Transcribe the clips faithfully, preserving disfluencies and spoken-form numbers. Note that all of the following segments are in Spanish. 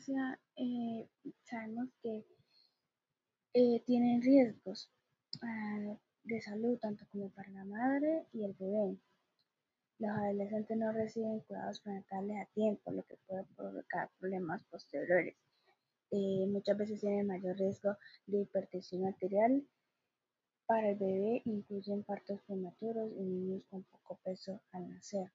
lactancia eh, sabemos que eh, tienen riesgos ah, de salud tanto como para la madre y el bebé. Los adolescentes no reciben cuidados prenatales a tiempo, lo que puede provocar problemas posteriores. Eh, muchas veces tienen mayor riesgo de hipertensión arterial. Para el bebé incluyen partos prematuros y niños con poco peso al nacer.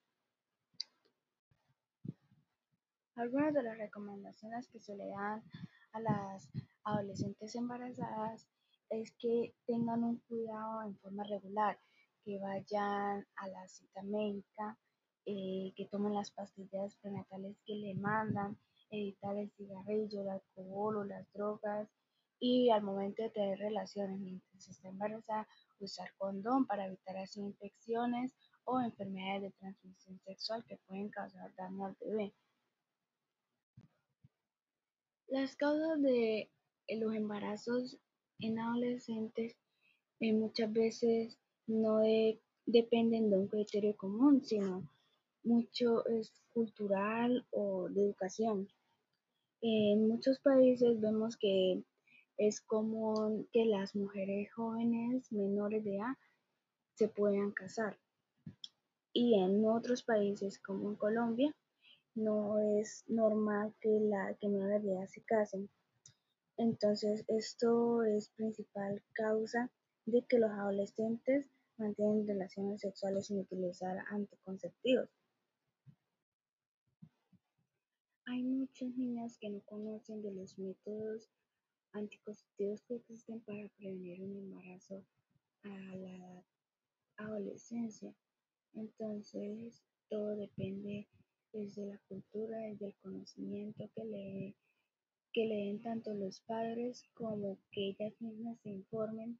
Algunas de las recomendaciones que se le dan a las adolescentes embarazadas es que tengan un cuidado en forma regular, que vayan a la cita médica, eh, que tomen las pastillas prenatales que le mandan, evitar el cigarrillo, el alcohol o las drogas y al momento de tener relaciones mientras está embarazada, usar condón para evitar así infecciones o enfermedades de transmisión sexual que pueden causar daño al bebé. Las causas de los embarazos en adolescentes eh, muchas veces no de- dependen de un criterio común, sino mucho es cultural o de educación. En muchos países vemos que es común que las mujeres jóvenes menores de edad se puedan casar y en otros países como en Colombia no es normal que, la, que menores de edad se casen. Entonces, esto es principal causa de que los adolescentes mantienen relaciones sexuales sin utilizar anticonceptivos. Hay muchas niñas que no conocen de los métodos anticonceptivos que existen para prevenir un embarazo a la edad adolescencia. Entonces, todo depende desde la cultura, desde el conocimiento que le, que le den tanto los padres como que ellas mismas se informen.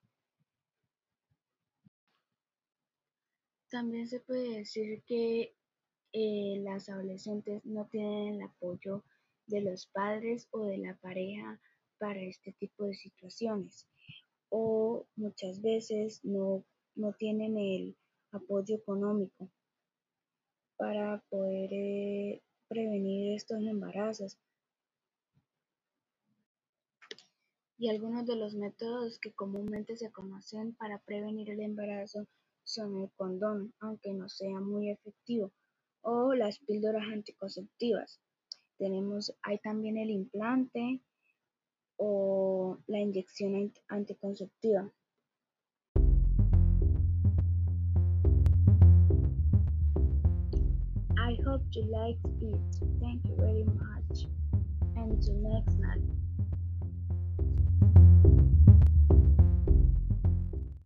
También se puede decir que eh, las adolescentes no tienen el apoyo de los padres o de la pareja para este tipo de situaciones o muchas veces no, no tienen el apoyo económico para poder eh, prevenir estos embarazos. Y algunos de los métodos que comúnmente se conocen para prevenir el embarazo son el condón, aunque no sea muy efectivo, o las píldoras anticonceptivas. Tenemos, hay también el implante o la inyección anticonceptiva. I hope you liked it. Thank you very much. And to next night.